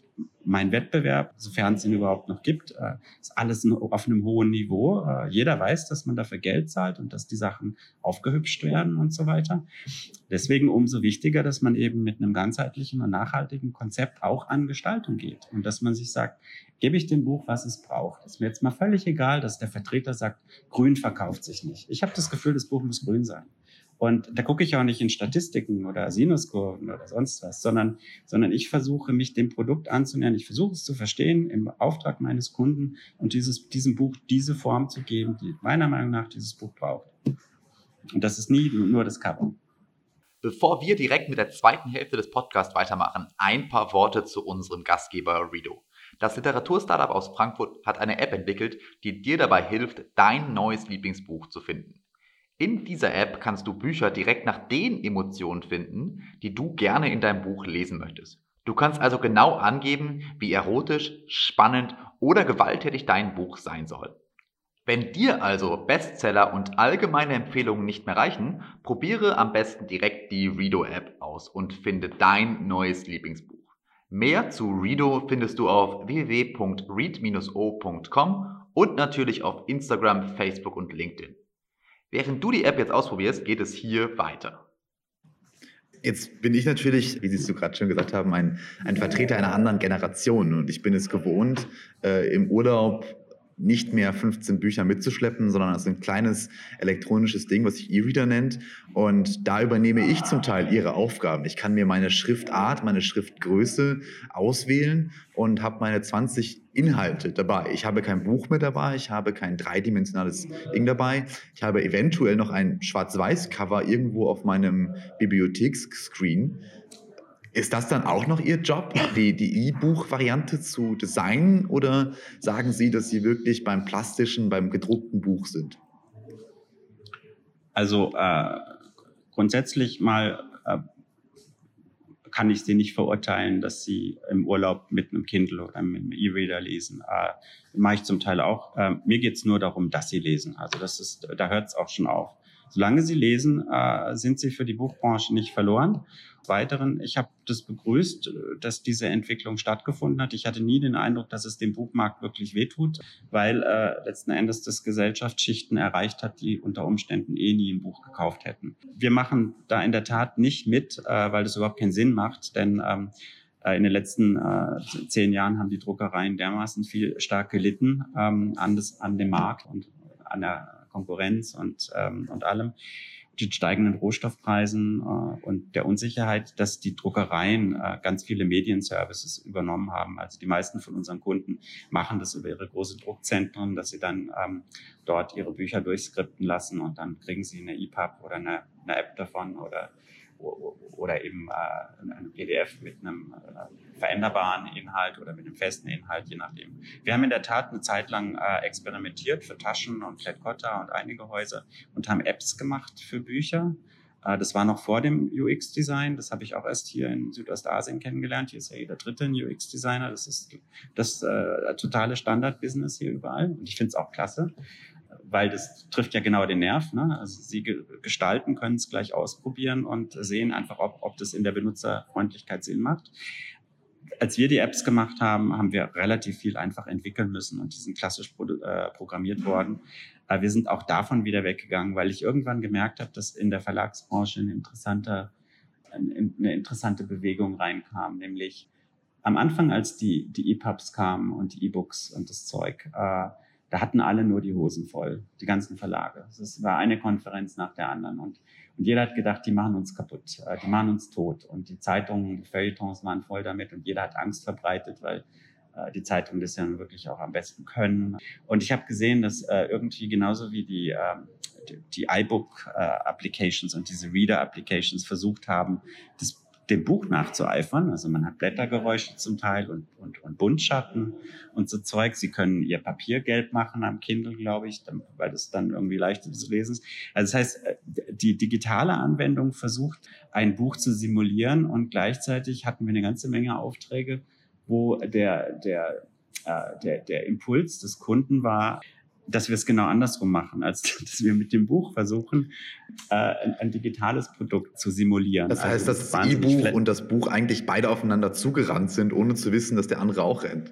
Speaker 2: mein Wettbewerb, sofern es ihn überhaupt noch gibt, äh, ist alles auf einem hohen Niveau. Äh, jeder weiß, dass man dafür Geld zahlt und dass die Sachen aufgehübscht werden und so weiter. Deswegen umso wichtiger, dass man eben mit einem ganzheitlichen und nachhaltigen Konzept auch an Gestaltung geht und dass man sich sagt, gebe ich dem Buch, was es braucht. Ist mir jetzt mal völlig egal, dass der Vertreter sagt, grün verkauft sich nicht. Ich habe das Gefühl, das Buch muss grün sein. Und da gucke ich auch nicht in Statistiken oder Sinuskurven oder sonst was, sondern, sondern ich versuche, mich dem Produkt anzunähern. Ich versuche es zu verstehen im Auftrag meines Kunden und dieses, diesem Buch diese Form zu geben, die meiner Meinung nach dieses Buch braucht. Und das ist nie nur das Cover.
Speaker 3: Bevor wir direkt mit der zweiten Hälfte des Podcasts weitermachen, ein paar Worte zu unserem Gastgeber Redo. Das Literaturstartup aus Frankfurt hat eine App entwickelt, die dir dabei hilft, dein neues Lieblingsbuch zu finden. In dieser App kannst du Bücher direkt nach den Emotionen finden, die du gerne in deinem Buch lesen möchtest. Du kannst also genau angeben, wie erotisch, spannend oder gewalttätig dein Buch sein soll. Wenn dir also Bestseller und allgemeine Empfehlungen nicht mehr reichen, probiere am besten direkt die Redo-App aus und finde dein neues Lieblingsbuch. Mehr zu Redo findest du auf w w w punkt read dash o punkt com und natürlich auf Instagram, Facebook und LinkedIn. Während du die App jetzt ausprobierst, geht es hier weiter.
Speaker 4: Jetzt bin ich natürlich, wie Sie es so gerade schon gesagt haben, ein, ein Vertreter einer anderen Generation und ich bin es gewohnt, äh, im Urlaub nicht mehr fünfzehn Bücher mitzuschleppen, sondern als ein kleines elektronisches Ding, was sich E-Reader nennt. Und da übernehme ich zum Teil ihre Aufgaben. Ich kann mir meine Schriftart, meine Schriftgröße auswählen und habe meine zwanzig Inhalte dabei. Ich habe kein Buch mehr dabei, ich habe kein dreidimensionales Ding dabei. Ich habe eventuell noch ein Schwarz-Weiß-Cover irgendwo auf meinem Bibliotheksscreen. Ist das dann auch noch Ihr Job, die, die E-Buch-Variante zu designen, oder sagen Sie, dass Sie wirklich beim plastischen, beim gedruckten Buch sind?
Speaker 2: Also äh, grundsätzlich mal äh, kann ich Sie nicht verurteilen, dass Sie im Urlaub mit einem Kindle oder mit einem E-Reader lesen. Äh, mache ich zum Teil auch. Äh, mir geht es nur darum, dass Sie lesen. Also das ist, da hört es auch schon auf. Solange Sie lesen, äh, sind Sie für die Buchbranche nicht verloren. Weiteren, ich habe das begrüßt, dass diese Entwicklung stattgefunden hat. Ich hatte nie den Eindruck, dass es dem Buchmarkt wirklich wehtut, weil äh, letzten Endes das Gesellschaftsschichten erreicht hat, die unter Umständen eh nie ein Buch gekauft hätten. Wir machen da in der Tat nicht mit, äh, weil das überhaupt keinen Sinn macht, denn ähm, in den letzten äh, zehn Jahren haben die Druckereien dermaßen viel stark gelitten ähm, an, das, an dem Markt und an der Konkurrenz und, ähm, und allem, den steigenden Rohstoffpreisen äh, und der Unsicherheit, dass die Druckereien äh, ganz viele Medienservices übernommen haben. Also die meisten von unseren Kunden machen das über ihre großen Druckzentren, dass sie dann ähm, dort ihre Bücher durchskripten lassen und dann kriegen sie eine E P U B oder eine, eine App davon oder oder eben äh, eine P D F mit einem äh, veränderbaren Inhalt oder mit einem festen Inhalt, je nachdem. Wir haben in der Tat eine Zeit lang äh, experimentiert für Taschen und Klett-Cotta und einige Häuser und haben Apps gemacht für Bücher. Äh, das war noch vor dem U X-Design. Das habe ich auch erst hier in Südostasien kennengelernt. Hier ist ja jeder dritte ein U X-Designer. Das ist das äh, totale Standard-Business hier überall. Und ich finde es auch klasse, weil das trifft ja genau den Nerv. Ne? Also Sie ge- gestalten, können es gleich ausprobieren und sehen einfach, ob, ob das in der Benutzerfreundlichkeit Sinn macht. Als wir die Apps gemacht haben, haben wir relativ viel einfach entwickeln müssen und die sind klassisch pro- äh, programmiert worden. Aber wir sind auch davon wieder weggegangen, weil ich irgendwann gemerkt habe, dass in der Verlagsbranche ein interessanter, eine interessante Bewegung reinkam, nämlich am Anfang, als die, die E P U Bs kamen und die E-Books und das Zeug, äh, da hatten alle nur die Hosen voll, die ganzen Verlage. Es war eine Konferenz nach der anderen. Und, und jeder hat gedacht, die machen uns kaputt, äh, die machen uns tot. Und die Zeitungen, die Feuilletons waren voll damit. Und jeder hat Angst verbreitet, weil äh, die Zeitungen das ja wirklich auch am besten können. Und ich habe gesehen, dass äh, irgendwie genauso wie die, äh, die, die iBook-Applications äh, und diese Reader-Applications versucht haben, das dem Buch nachzueifern. Also man hat Blättergeräusche zum Teil und, und, und Buntschatten und so Zeug. Sie können ihr Papier gelb machen am Kindle, glaube ich, dann, weil das dann irgendwie leichter zu lesen ist. Also das heißt, die digitale Anwendung versucht, ein Buch zu simulieren und gleichzeitig hatten wir eine ganze Menge Aufträge, wo der, der, äh, der, der Impuls des Kunden war, dass wir es genau andersrum machen, als dass wir mit dem Buch versuchen, äh, ein, ein digitales Produkt zu simulieren.
Speaker 4: Das heißt,
Speaker 2: also,
Speaker 4: dass das E-Buch und das Buch eigentlich beide aufeinander zugerannt sind, ohne zu wissen, dass der andere auch rennt.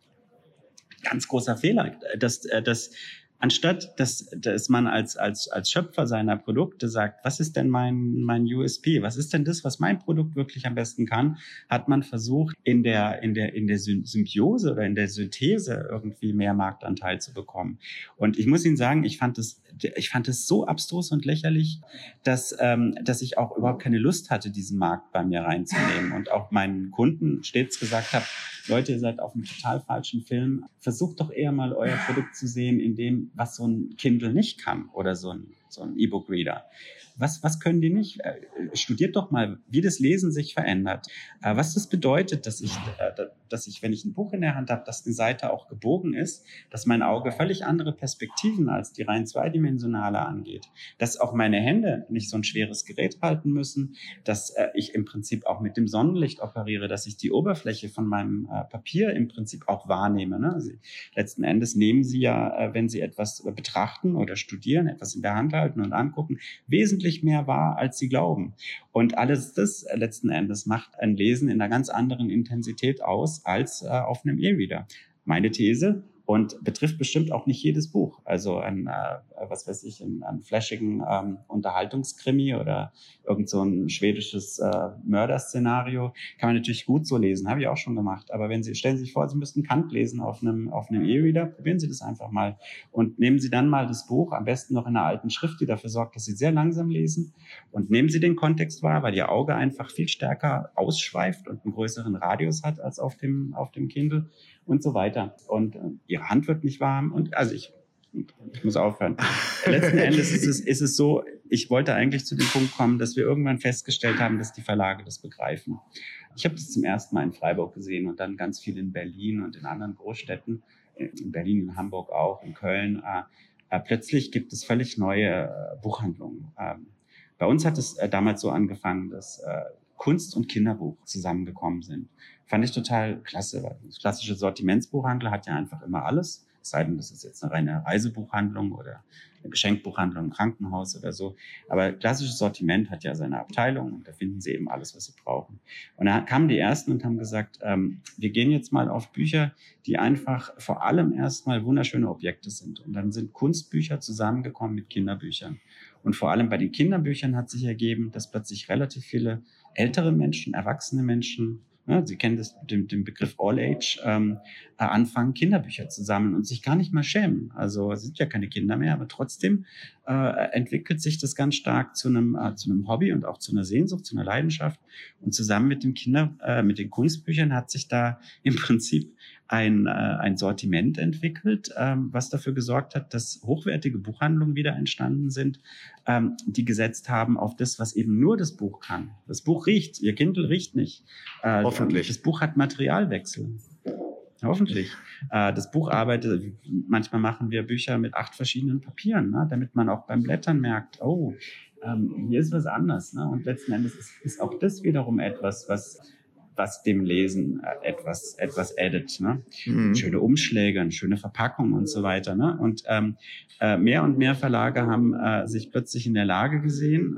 Speaker 2: Ganz großer Fehler. Dass, dass, anstatt dass, dass man als, als, als Schöpfer seiner Produkte sagt, was ist denn mein, mein U S P? Was ist denn das, was mein Produkt wirklich am besten kann? Hat man versucht, in der, in der, in der Symbiose oder in der Synthese irgendwie mehr Marktanteil zu bekommen. Und ich muss Ihnen sagen, ich fand es, ich fand es so abstrus und lächerlich, dass, ähm, dass ich auch überhaupt keine Lust hatte, diesen Markt bei mir reinzunehmen. Und auch meinen Kunden stets gesagt habe, Leute, ihr seid auf einem total falschen Film. Versucht doch eher mal euer Produkt zu sehen in dem, was so ein Kindle nicht kann oder so ein, so ein E-Book-Reader. Was, was können die nicht? Äh, studiert doch mal, wie das Lesen sich verändert. Äh, was das bedeutet, dass ich, äh, dass ich, wenn ich ein Buch in der Hand habe, dass die Seite auch gebogen ist, dass mein Auge völlig andere Perspektiven als die rein zweidimensionale angeht. Dass auch meine Hände nicht so ein schweres Gerät halten müssen, dass äh, ich im Prinzip auch mit dem Sonnenlicht operiere, dass ich die Oberfläche von meinem äh, Papier im Prinzip auch wahrnehme. Ne? Also, letzten Endes nehmen Sie ja, äh, wenn Sie etwas betrachten oder studieren, etwas in der Hand halten und angucken, wesentlich mehr wahr, als sie glauben. Und alles das letzten Endes macht ein Lesen in einer ganz anderen Intensität aus als äh, auf einem E-Reader. Meine These, und betrifft bestimmt auch nicht jedes Buch. Also ein, äh, was weiß ich, ein, ein flashigen ähm, Unterhaltungskrimi oder irgend so ein schwedisches äh, Mörderszenario kann man natürlich gut so lesen, habe ich auch schon gemacht. Aber wenn Sie, stellen Sie sich vor, Sie müssten Kant lesen auf einem, auf einem E-Reader, probieren Sie das einfach mal und nehmen Sie dann mal das Buch, am besten noch in einer alten Schrift, die dafür sorgt, dass Sie sehr langsam lesen, und nehmen Sie den Kontext wahr, weil Ihr Auge einfach viel stärker ausschweift und einen größeren Radius hat als auf dem, auf dem Kindle und so weiter. Und äh, Ihre Hand wird nicht warm und also ich, ich muss aufhören. Letzten Endes ist es, ist es so, ich wollte eigentlich zu dem Punkt kommen, dass wir irgendwann festgestellt haben, dass die Verlage das begreifen. Ich habe das zum ersten Mal in Freiburg gesehen und dann ganz viel in Berlin und in anderen Großstädten, in Berlin, in Hamburg auch, in Köln. Äh, äh, plötzlich gibt es völlig neue äh, Buchhandlungen. Ähm, bei uns hat es äh, damals so angefangen, dass äh, Kunst- und Kinderbuch zusammengekommen sind. Fand ich total klasse, weil das klassische Sortimentsbuchhandel hat ja einfach immer alles. Es sei denn, das ist jetzt eine reine Reisebuchhandlung oder eine Geschenkbuchhandlung im Krankenhaus oder so. Aber klassisches Sortiment hat ja seine Abteilung und da finden Sie eben alles, was Sie brauchen. Und da kamen die Ersten und haben gesagt, ähm, wir gehen jetzt mal auf Bücher, die einfach vor allem erstmal wunderschöne Objekte sind. Und dann sind Kunstbücher zusammengekommen mit Kinderbüchern. Und vor allem bei den Kinderbüchern hat sich ergeben, dass plötzlich relativ viele ältere Menschen, erwachsene Menschen, ja, Sie kennen das, den, den Begriff All Age, ähm, äh, anfangen, Kinderbücher zu sammeln und sich gar nicht mal schämen. Also es sind ja keine Kinder mehr, aber trotzdem äh, entwickelt sich das ganz stark zu einem, äh, zu einem Hobby und auch zu einer Sehnsucht, zu einer Leidenschaft. Und zusammen mit den Kinder, äh, mit den Kunstbüchern hat sich da im Prinzip ein, äh, ein Sortiment entwickelt, ähm, was dafür gesorgt hat, dass hochwertige Buchhandlungen wieder entstanden sind, ähm, die gesetzt haben auf das, was eben nur das Buch kann. Das Buch riecht, Ihr Kindle riecht nicht. Äh,
Speaker 4: Hoffentlich.
Speaker 2: Das Buch hat Materialwechsel. Hoffentlich. Äh, das Buch arbeitet, manchmal machen wir Bücher mit acht verschiedenen Papieren, ne, damit man auch beim Blättern merkt, oh, ähm, hier ist was anders. Ne? Und letzten Endes ist, ist auch das wiederum etwas, was was dem Lesen äh, etwas etwas addet, ne? Mhm. Schöne Umschläge, eine schöne Verpackung und so weiter, ne? Und ähm, äh, mehr und mehr Verlage haben äh, sich plötzlich in der Lage gesehen,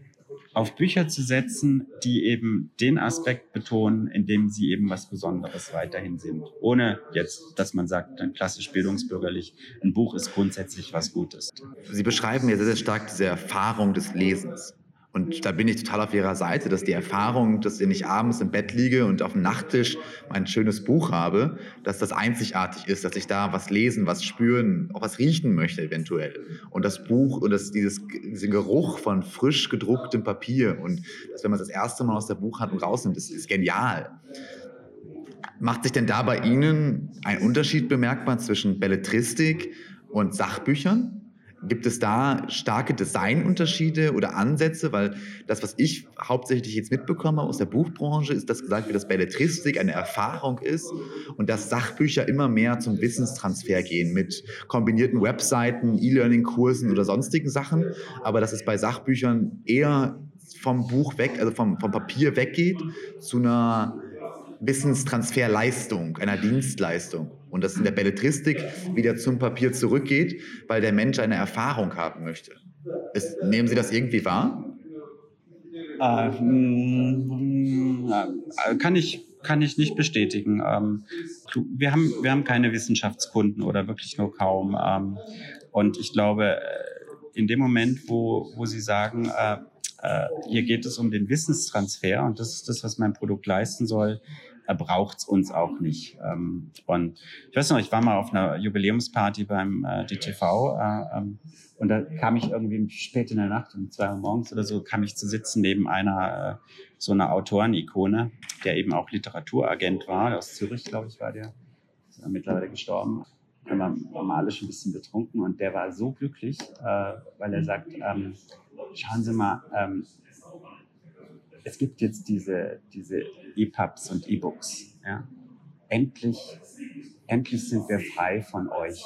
Speaker 2: auf Bücher zu setzen, die eben den Aspekt betonen, in dem sie eben was Besonderes weiterhin sind. Ohne jetzt, dass man sagt, dann klassisch bildungsbürgerlich, ein Buch ist grundsätzlich was Gutes.
Speaker 4: Sie beschreiben ja sehr, sehr stark diese Erfahrung des Lesens. Und da bin ich total auf Ihrer Seite, dass die Erfahrung, dass ich nicht abends im Bett liege und auf dem Nachttisch mein schönes Buch habe, dass das einzigartig ist, dass ich da was lesen, was spüren, auch was riechen möchte eventuell. Und das Buch und das, dieses, diesen Geruch von frisch gedrucktem Papier und dass, wenn man das erste Mal aus der Buchhandlung rausnimmt, das ist genial. Macht sich denn da bei Ihnen ein Unterschied bemerkbar zwischen Belletristik und Sachbüchern? Gibt es da starke Designunterschiede oder Ansätze? Weil das, was ich hauptsächlich jetzt mitbekomme aus der Buchbranche, ist, dass gesagt wird, dass Belletristik eine Erfahrung ist und dass Sachbücher immer mehr zum Wissenstransfer gehen mit kombinierten Webseiten, E-Learning-Kursen oder sonstigen Sachen. Aber dass es bei Sachbüchern eher vom Buch weg, also vom, vom Papier weggeht zu einer Wissenstransferleistung, einer Dienstleistung. Und das in der Belletristik wieder zum Papier zurückgeht, weil der Mensch eine Erfahrung haben möchte. Ist, nehmen Sie das irgendwie wahr?
Speaker 2: Äh, mh, kann ich, kann ich nicht bestätigen. Ähm, wir haben, wir haben keine Wissenschaftskunden oder wirklich nur kaum. Ähm, und ich glaube, in dem Moment, wo, wo Sie sagen, äh, äh, hier geht es um den Wissenstransfer und das ist das, was mein Produkt leisten soll, braucht es uns auch nicht. Ähm, und ich weiß noch, ich war mal auf einer Jubiläumsparty beim äh, D T V äh, ähm, und da kam ich irgendwie spät in der Nacht, um zwei Uhr morgens oder so, kam ich zu sitzen neben einer äh, so einer Autorenikone, der eben auch Literaturagent war, aus Zürich, glaube ich, war der, ist ja mittlerweile gestorben. Wir waren alle schon ein bisschen betrunken und der war so glücklich, äh, weil er sagt, ähm, schauen Sie mal, ähm, es gibt jetzt diese, diese E P U Bs und E-Books. Ja? Endlich, endlich sind wir frei von euch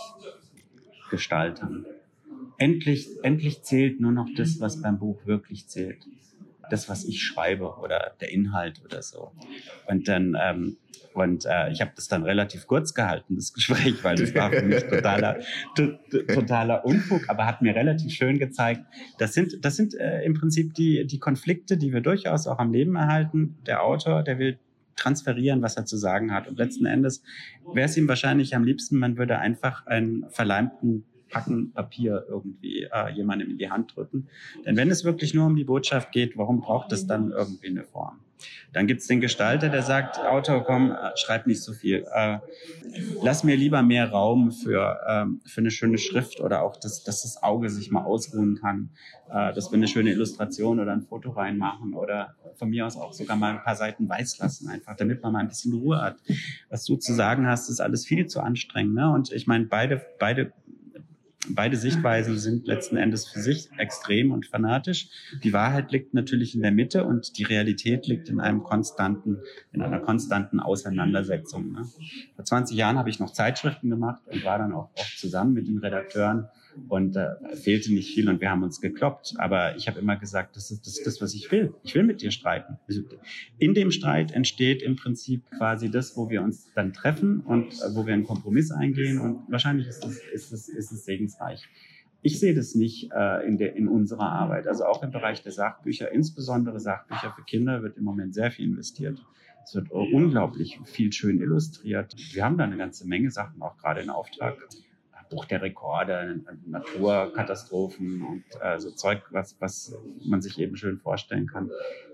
Speaker 2: Gestaltern. Endlich, endlich zählt nur noch das, was beim Buch wirklich zählt. Das, was ich schreibe oder der Inhalt oder so. Und dann, ähm, und äh, ich habe das dann relativ kurz gehalten, das Gespräch, weil das war für mich totaler, to, totaler Unfug, aber hat mir relativ schön gezeigt, das sind, das sind äh, im Prinzip die, die Konflikte, die wir durchaus auch am Leben erhalten. Der Autor, der will transferieren, was er zu sagen hat. Und letzten Endes wäre es ihm wahrscheinlich am liebsten, man würde einfach einen verleimten Packen Papier irgendwie äh, jemandem in die Hand drücken. Denn wenn es wirklich nur um die Botschaft geht, warum braucht es dann irgendwie eine Form? Dann gibt es den Gestalter, der sagt, Autor, komm, äh, schreib nicht so viel. Äh, lass mir lieber mehr Raum für, ähm, für eine schöne Schrift oder auch, dass, dass das Auge sich mal ausruhen kann, äh, dass wir eine schöne Illustration oder ein Foto reinmachen oder von mir aus auch sogar mal ein paar Seiten weiß lassen, einfach, damit man mal ein bisschen Ruhe hat. Was du zu sagen hast, ist alles viel zu anstrengend. Ne? Und ich meine, beide, beide Beide Sichtweisen sind letzten Endes für sich extrem und fanatisch. Die Wahrheit liegt natürlich in der Mitte und die Realität liegt in einem konstanten, in einer konstanten Auseinandersetzung. Ne? Vor zwanzig Jahren habe ich noch Zeitschriften gemacht und war dann auch oft zusammen mit den Redakteuren und äh, fehlte nicht viel und wir haben uns gekloppt. Aber ich habe immer gesagt, das ist das, ist das, was ich will. Ich will mit dir streiten. Also in dem Streit entsteht im Prinzip quasi das, wo wir uns dann treffen und äh, wo wir einen Kompromiss eingehen und wahrscheinlich ist es, ist es, ist es segensreich. Ich sehe das nicht äh, in, der, in unserer Arbeit. Also auch im Bereich der Sachbücher, insbesondere Sachbücher für Kinder, wird im Moment sehr viel investiert. Es wird unglaublich viel schön illustriert. Wir haben da eine ganze Menge Sachen, auch gerade in Auftrag. Buch der Rekorde, Naturkatastrophen und äh, so Zeug, was, was man sich eben schön vorstellen kann.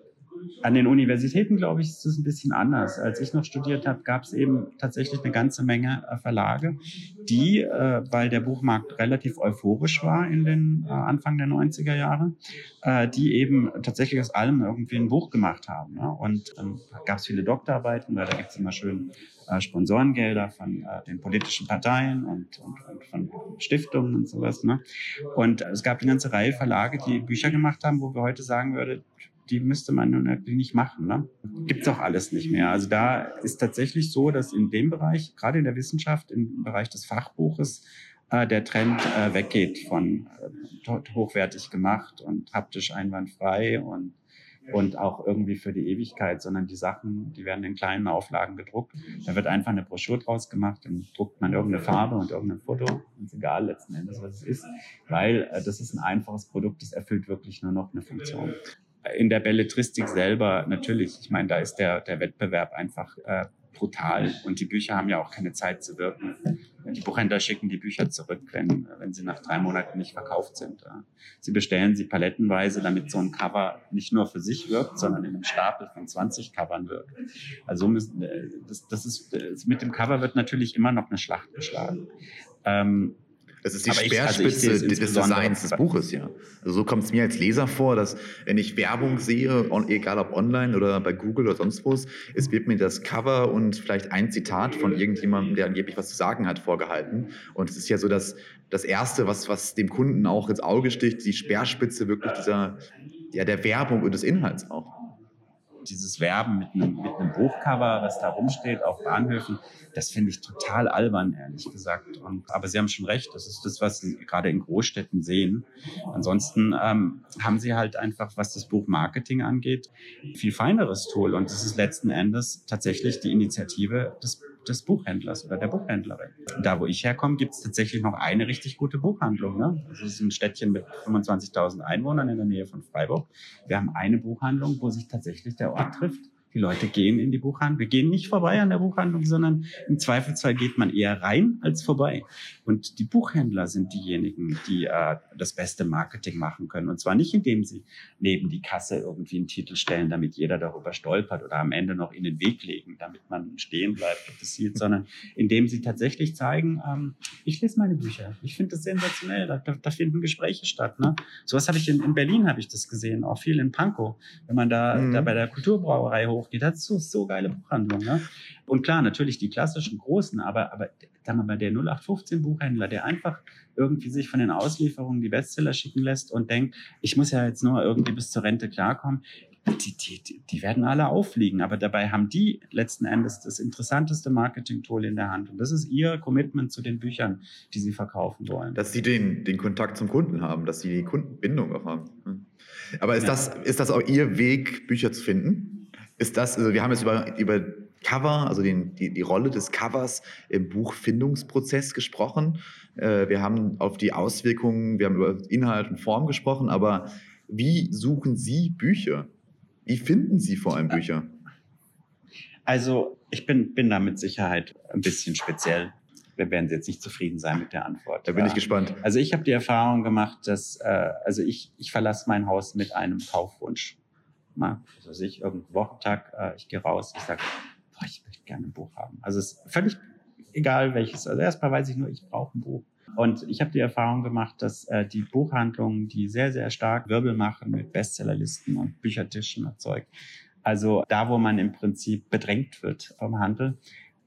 Speaker 2: An den Universitäten, glaube ich, ist es ein bisschen anders. Als ich noch studiert habe, gab es eben tatsächlich eine ganze Menge äh, Verlage, die, äh, weil der Buchmarkt relativ euphorisch war in den äh, Anfang der neunziger Jahre, äh, die eben tatsächlich aus allem irgendwie ein Buch gemacht haben. Ne? Und ähm, gab es viele Doktorarbeiten, weil da gibt es immer schön äh, Sponsorengelder von äh, den politischen Parteien und, und, und von Stiftungen und sowas. Ne? Und es gab eine ganze Reihe Verlage, die Bücher gemacht haben, wo wir heute sagen würden, die müsste man nun nicht machen. Ne? Gibt es auch alles nicht mehr. Also da ist tatsächlich so, dass in dem Bereich, gerade in der Wissenschaft, im Bereich des Fachbuches, äh, der Trend äh, weggeht von äh, hochwertig gemacht und haptisch einwandfrei und, und auch irgendwie für die Ewigkeit, sondern die Sachen, die werden in kleinen Auflagen gedruckt. Da wird einfach eine Broschüre draus gemacht, dann druckt man irgendeine Farbe und irgendein Foto. Ist egal letzten Endes, was es ist, weil äh, das ist ein einfaches Produkt, das erfüllt wirklich nur noch eine Funktion. In der Belletristik selber natürlich, ich meine, da ist der, der Wettbewerb einfach äh, brutal und die Bücher haben ja auch keine Zeit zu wirken. Die Buchhändler schicken die Bücher zurück, wenn, wenn sie nach drei Monaten nicht verkauft sind. Sie bestellen sie palettenweise, damit so ein Cover nicht nur für sich wirkt, sondern in einem Stapel von zwanzig Covern wirkt. Also müssen, das, das ist, mit dem Cover wird natürlich immer noch eine Schlacht geschlagen. Ähm,
Speaker 4: Das ist die
Speaker 2: Aber ich-
Speaker 4: Speerspitze
Speaker 2: also ich sehe es
Speaker 4: des Designs des
Speaker 2: insbesondere-
Speaker 4: Buches, ja. Also so kommt es mir als Leser vor, dass wenn ich Werbung sehe, on- egal ob online oder bei Google oder sonst wo, es wird mir das Cover und vielleicht ein Zitat von irgendjemandem, der angeblich was zu sagen hat, vorgehalten. Und es ist ja so, dass das Erste, was, was dem Kunden auch ins Auge sticht, die Speerspitze wirklich dieser, ja, der Werbung und des Inhalts auch.
Speaker 2: Dieses Werben mit einem, mit einem Buchcover, was da rumsteht auf Bahnhöfen, das finde ich total albern, ehrlich gesagt. Und, aber Sie haben schon recht, das ist das, was Sie gerade in Großstädten sehen. Ansonsten ähm, haben Sie halt einfach, was das Buchmarketing angeht, viel feineres Tool. Und das ist letzten Endes tatsächlich die Initiative des, des Buchhändlers oder der Buchhändlerin. Da, wo ich herkomme, gibt es tatsächlich noch eine richtig gute Buchhandlung. Ne? Das ist ein Städtchen mit fünfundzwanzigtausend Einwohnern in der Nähe von Freiburg. Wir haben eine Buchhandlung, wo sich tatsächlich der Ort trifft. Die Leute gehen in die Buchhandlung. Wir gehen nicht vorbei an der Buchhandlung, sondern im Zweifelsfall geht man eher rein als vorbei. Und die Buchhändler sind diejenigen, die äh, das beste Marketing machen können. Und zwar nicht, indem sie neben die Kasse irgendwie einen Titel stellen, damit jeder darüber stolpert oder am Ende noch in den Weg legen, damit man stehen bleibt und das sieht, sondern indem sie tatsächlich zeigen, ähm, ich lese meine Bücher. Ich finde das sensationell. Da, da finden Gespräche statt. Ne? Sowas habe ich in, in Berlin habe ich das gesehen, auch viel in Pankow. Wenn man da, mhm. da bei der Kulturbrauerei hoch geht, hat so, so geile Buchhandlung. Ne? Und klar, natürlich die klassischen großen, aber, aber sagen wir mal, der null acht fünfzehn Buchhändler, der einfach irgendwie sich von den Auslieferungen die Bestseller schicken lässt und denkt, ich muss ja jetzt nur irgendwie bis zur Rente klarkommen, die, die, die werden alle auffliegen. Aber dabei haben die letzten Endes das interessanteste Marketing-Tool in der Hand. Und das ist ihr Commitment zu den Büchern, die sie verkaufen wollen.
Speaker 4: Dass sie den, den Kontakt zum Kunden haben, dass sie die Kundenbindung auch haben. Aber ist, ja. das, ist das auch ihr Weg, Bücher zu finden? Ist das, also wir haben jetzt über, über Cover, also den, die, die Rolle des Covers im Buchfindungsprozess gesprochen. Äh, wir haben auf die Auswirkungen, wir haben über Inhalt und Form gesprochen, aber wie suchen Sie Bücher? Wie finden Sie vor allem Bücher?
Speaker 2: Also ich bin, bin da mit Sicherheit ein bisschen speziell. Wir werden jetzt nicht zufrieden sein mit der Antwort.
Speaker 4: Da bin ich gespannt.
Speaker 2: Also ich habe die Erfahrung gemacht, dass äh, also ich, ich verlasse mein Haus mit einem Kaufwunsch. Mal, also ich, irgendeinen Wochentag, äh, ich gehe raus, ich sage, ich möchte gerne ein Buch haben. Also es ist völlig egal welches. Also erstmal weiß ich nur, ich brauche ein Buch. Und ich habe die Erfahrung gemacht, dass äh, die Buchhandlungen, die sehr, sehr stark Wirbel machen mit Bestsellerlisten und Büchertischen und Zeug, also da, wo man im Prinzip bedrängt wird vom Handel,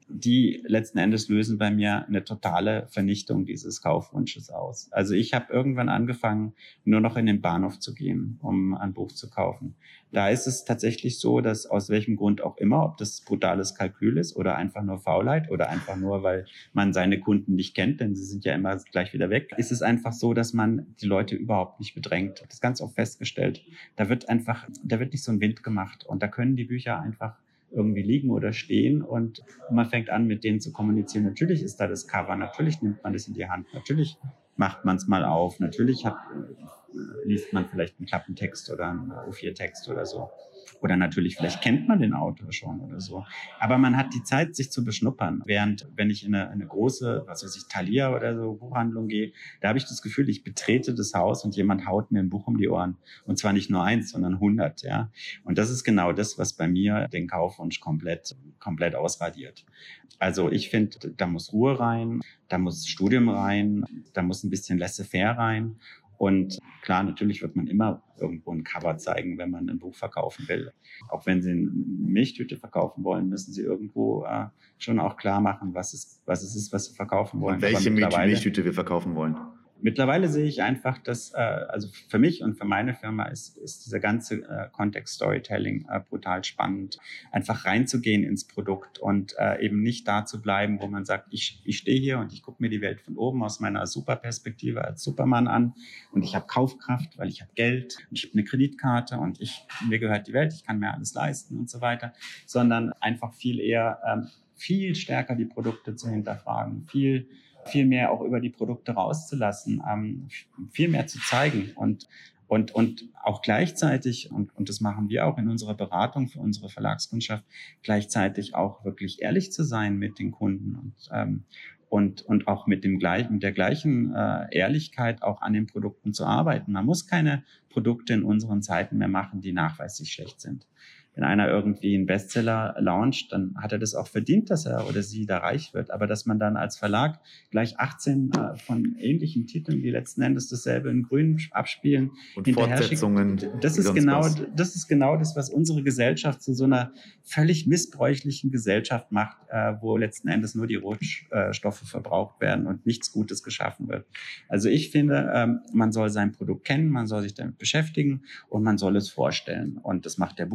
Speaker 2: die letzten Endes lösen bei mir eine totale Vernichtung dieses Kaufwunsches aus. Also ich habe irgendwann angefangen, nur noch in den Bahnhof zu gehen, um ein Buch zu kaufen. Da ist es tatsächlich so, dass aus welchem Grund auch immer, ob das brutales Kalkül ist oder einfach nur Faulheit oder einfach nur, weil man seine Kunden nicht kennt, denn sie sind ja immer gleich wieder weg, ist es einfach so, dass man die Leute überhaupt nicht bedrängt. Ich habe das ganz oft festgestellt. Da wird einfach, da wird nicht so ein Wind gemacht und da können die Bücher einfach irgendwie liegen oder stehen und man fängt an, mit denen zu kommunizieren. Natürlich ist da das Cover, natürlich nimmt man das in die Hand, natürlich macht man es mal auf, natürlich hat, äh, liest man vielleicht einen Klappentext oder einen O vier Text oder so. Oder natürlich, vielleicht kennt man den Autor schon oder so. Aber man hat die Zeit, sich zu beschnuppern. Während, wenn ich in eine, eine große, was weiß ich, Thalia oder so Buchhandlung gehe, da habe ich das Gefühl, ich betrete das Haus und jemand haut mir ein Buch um die Ohren. Und zwar nicht nur eins, sondern hundert, ja. Und das ist genau das, was bei mir den Kaufwunsch komplett, komplett ausradiert. Also ich finde, da muss Ruhe rein, da muss Studium rein, da muss ein bisschen Laissez-faire rein. Und klar, natürlich wird man immer irgendwo ein Cover zeigen, wenn man ein Buch verkaufen will. Auch wenn Sie eine Milchtüte verkaufen wollen, müssen Sie irgendwo äh, schon auch klar machen, was es, was es ist, was Sie verkaufen wollen.
Speaker 4: Und welche Milchtüte wir verkaufen wollen.
Speaker 2: Mittlerweile sehe ich einfach, dass, äh, also für mich und für meine Firma ist, ist dieser ganze äh, Kontext-Storytelling äh, brutal spannend, einfach reinzugehen ins Produkt und äh, eben nicht da zu bleiben, wo man sagt, ich, ich stehe hier und ich gucke mir die Welt von oben aus meiner Superperspektive als Superman an und ich habe Kaufkraft, weil ich habe Geld und ich habe eine Kreditkarte und ich, mir gehört die Welt, ich kann mir alles leisten und so weiter, sondern einfach viel eher, ähm, viel stärker die Produkte zu hinterfragen, viel viel mehr auch über die Produkte rauszulassen, ähm, viel mehr zu zeigen und, und, und auch gleichzeitig, und, und das machen wir auch in unserer Beratung für unsere Verlagskundschaft, gleichzeitig auch wirklich ehrlich zu sein mit den Kunden und, ähm, und, und auch mit dem gleichen, mit der gleichen äh, Ehrlichkeit auch an den Produkten zu arbeiten. Man muss keine Produkte in unseren Zeiten mehr machen, die nachweislich schlecht sind. Wenn einer irgendwie einen Bestseller launcht, dann hat er das auch verdient, dass er oder sie da reich wird. Aber dass man dann als Verlag gleich achtzehn äh, von ähnlichen Titeln, die letzten Endes dasselbe in Grün abspielen,
Speaker 4: und Fortsetzungen,
Speaker 2: das ist genau, das ist genau das, was unsere Gesellschaft zu so einer völlig missbräuchlichen Gesellschaft macht, äh, wo letzten Endes nur die Rohstoffe verbraucht werden und nichts Gutes geschaffen wird. Also ich finde, ähm, man soll sein Produkt kennen, man soll sich damit beschäftigen und man soll es vorstellen. Und das macht der Buchhändler,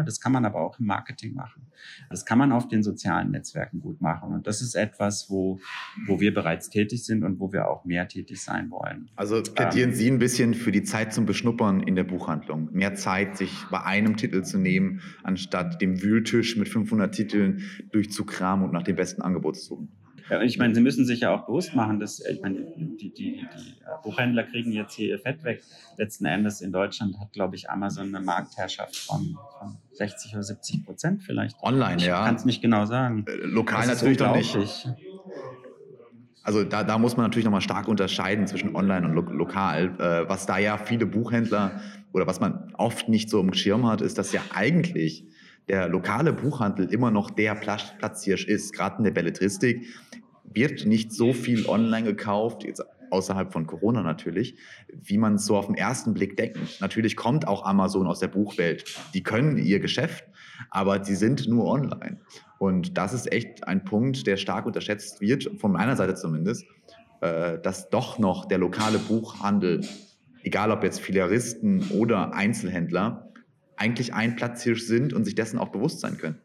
Speaker 2: das kann man aber auch im Marketing machen. Das kann man auf den sozialen Netzwerken gut machen. Und das ist etwas, wo, wo wir bereits tätig sind und wo wir auch mehr tätig sein wollen.
Speaker 4: Also plädieren ähm, Sie ein bisschen für die Zeit zum Beschnuppern in der Buchhandlung. Mehr Zeit, sich bei einem Titel zu nehmen, anstatt dem Wühltisch mit fünfhundert Titeln durchzukramen und nach dem besten Angebot zu suchen.
Speaker 2: Ja, ich meine, Sie müssen sich ja auch bewusst machen, dass ich meine, die, die, die Buchhändler kriegen jetzt hier ihr Fett weg. Letzten Endes in Deutschland hat, glaube ich, Amazon eine Marktherrschaft von, von sechzig oder siebzig Prozent vielleicht.
Speaker 4: Online,
Speaker 2: ich
Speaker 4: ja.
Speaker 2: Ich kann es nicht genau sagen.
Speaker 4: Äh, lokal natürlich doch nicht. Also da, da muss man natürlich nochmal stark unterscheiden zwischen online und lo- lokal. Äh, was da ja viele Buchhändler oder was man oft nicht so im Schirm hat, ist, dass ja eigentlich der lokale Buchhandel immer noch der Platzhirsch ist. Gerade in der Belletristik wird nicht so viel online gekauft, jetzt außerhalb von Corona natürlich, wie man es so auf den ersten Blick denkt. Natürlich kommt auch Amazon aus der Buchwelt. Die können ihr Geschäft, aber die sind nur online. Und das ist echt ein Punkt, der stark unterschätzt wird, von meiner Seite zumindest, äh, dass doch noch der lokale Buchhandel, egal ob jetzt Filiaristen oder Einzelhändler, eigentlich ein Platzhirsch sind und sich dessen auch bewusst sein können.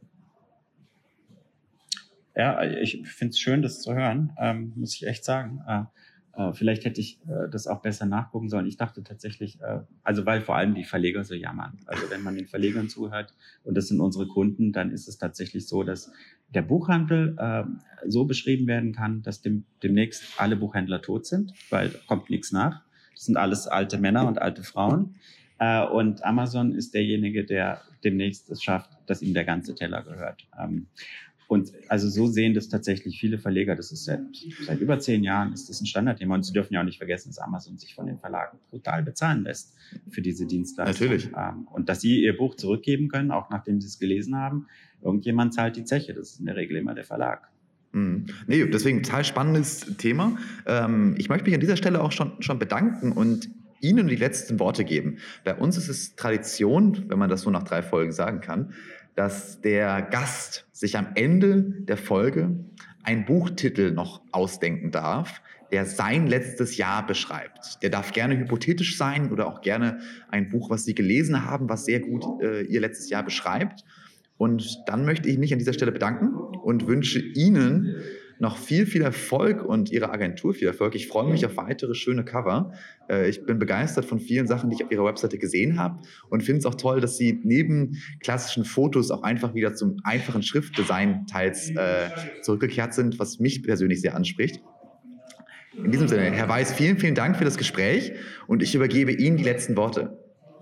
Speaker 2: Ja, ich finde es schön, das zu hören, ähm, muss ich echt sagen. Äh, äh, vielleicht hätte ich äh, das auch besser nachgucken sollen. Ich dachte tatsächlich, äh, also weil vor allem die Verleger so jammern. Also wenn man den Verlegern zuhört und das sind unsere Kunden, dann ist es tatsächlich so, dass der Buchhandel äh, so beschrieben werden kann, dass dem, demnächst alle Buchhändler tot sind, weil da kommt nichts nach. Das sind alles alte Männer und alte Frauen. Äh, und Amazon ist derjenige, der demnächst es schafft, dass ihm der ganze Teller gehört. Ähm, Und also so sehen das tatsächlich viele Verleger. Das ist seit, seit über zehn Jahren ist das ein Standardthema. Und Sie dürfen ja auch nicht vergessen, dass Amazon sich von den Verlagen brutal bezahlen lässt für diese Dienstleistung.
Speaker 4: Natürlich.
Speaker 2: Und dass Sie Ihr Buch zurückgeben können, auch nachdem Sie es gelesen haben. Irgendjemand zahlt die Zeche. Das ist in der Regel immer der Verlag.
Speaker 4: Mhm. Nee, deswegen total spannendes Thema. Ähm, ich möchte mich an dieser Stelle auch schon, schon bedanken und Ihnen die letzten Worte geben. Bei uns ist es Tradition, wenn man das so nach drei Folgen sagen kann, dass der Gast sich am Ende der Folge einen Buchtitel noch ausdenken darf, der sein letztes Jahr beschreibt. Der darf gerne hypothetisch sein oder auch gerne ein Buch, was Sie gelesen haben, was sehr gut äh, Ihr letztes Jahr beschreibt. Und dann möchte ich mich an dieser Stelle bedanken und wünsche Ihnen noch viel, viel Erfolg und Ihrer Agentur viel Erfolg. Ich freue mich auf weitere schöne Cover. Ich bin begeistert von vielen Sachen, die ich auf Ihrer Webseite gesehen habe und finde es auch toll, dass Sie neben klassischen Fotos auch einfach wieder zum einfachen Schriftdesign teils äh, zurückgekehrt sind, was mich persönlich sehr anspricht. In diesem Sinne, Herr Weiß, vielen, vielen Dank für das Gespräch und ich übergebe Ihnen die letzten Worte.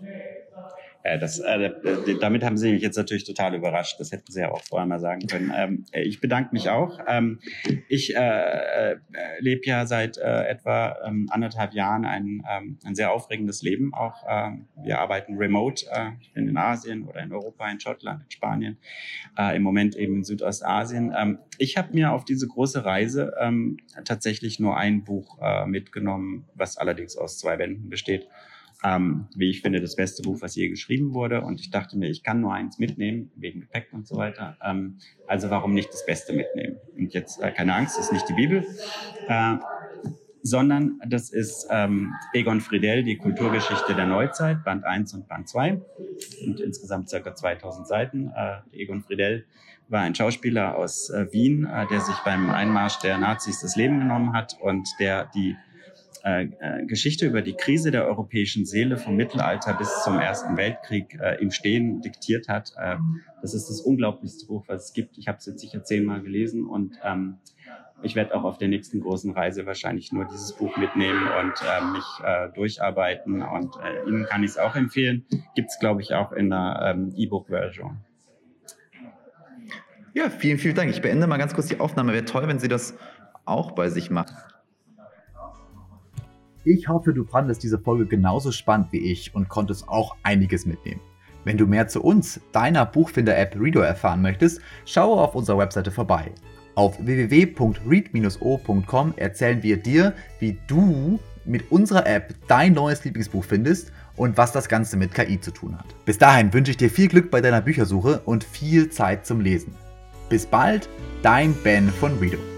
Speaker 2: Äh, das, äh, damit haben Sie mich jetzt natürlich total überrascht. Das hätten Sie ja auch vorher mal sagen können. Ähm, ich bedanke mich auch. Ähm, ich äh, äh, lebe ja seit äh, etwa ähm, anderthalb Jahren ein, ähm, ein sehr aufregendes Leben. Auch ähm, wir arbeiten remote. Äh, ich bin in Asien oder in Europa, in Schottland, in Spanien. Äh, Im Moment eben in Südostasien. Ähm, ich habe mir auf diese große Reise ähm, tatsächlich nur ein Buch äh, mitgenommen, was allerdings aus zwei Bänden besteht. Ähm, wie ich finde, das beste Buch, was je geschrieben wurde. Und ich dachte mir, ich kann nur eins mitnehmen, wegen Gepäck und so weiter. Ähm, also warum nicht das Beste mitnehmen? Und jetzt, äh, keine Angst, das ist nicht die Bibel, äh, sondern das ist ähm, Egon Friedell, die Kulturgeschichte der Neuzeit, Band eins und Band zwei. Und insgesamt circa zweitausend Seiten. Äh, Egon Friedell war ein Schauspieler aus äh, Wien, äh, der sich beim Einmarsch der Nazis das Leben genommen hat und der die Äh, äh, Geschichte über die Krise der europäischen Seele vom Mittelalter bis zum Ersten Weltkrieg äh, im Stehen diktiert hat. Äh, das ist das unglaublichste Buch, was es gibt. Ich habe es jetzt sicher zehnmal gelesen und ähm, ich werde auch auf der nächsten großen Reise wahrscheinlich nur dieses Buch mitnehmen und äh, mich äh, durcharbeiten. Und äh, Ihnen kann ich es auch empfehlen. Gibt es, glaube ich, auch in der ähm, E-Book-Version.
Speaker 4: Ja, vielen, vielen Dank. Ich beende mal ganz kurz die Aufnahme. Wäre toll, wenn Sie das auch bei sich machen.
Speaker 1: Ich hoffe, du fandest diese Folge genauso spannend wie ich und konntest auch einiges mitnehmen. Wenn du mehr zu uns, deiner Buchfinder-App Reado erfahren möchtest, schaue auf unserer Webseite vorbei. Auf w w w punkt read dash o punkt com erzählen wir dir, wie du mit unserer App dein neues Lieblingsbuch findest und was das Ganze mit K I zu tun hat. Bis dahin wünsche ich dir viel Glück bei deiner Büchersuche und viel Zeit zum Lesen. Bis bald, dein Ben von Reado.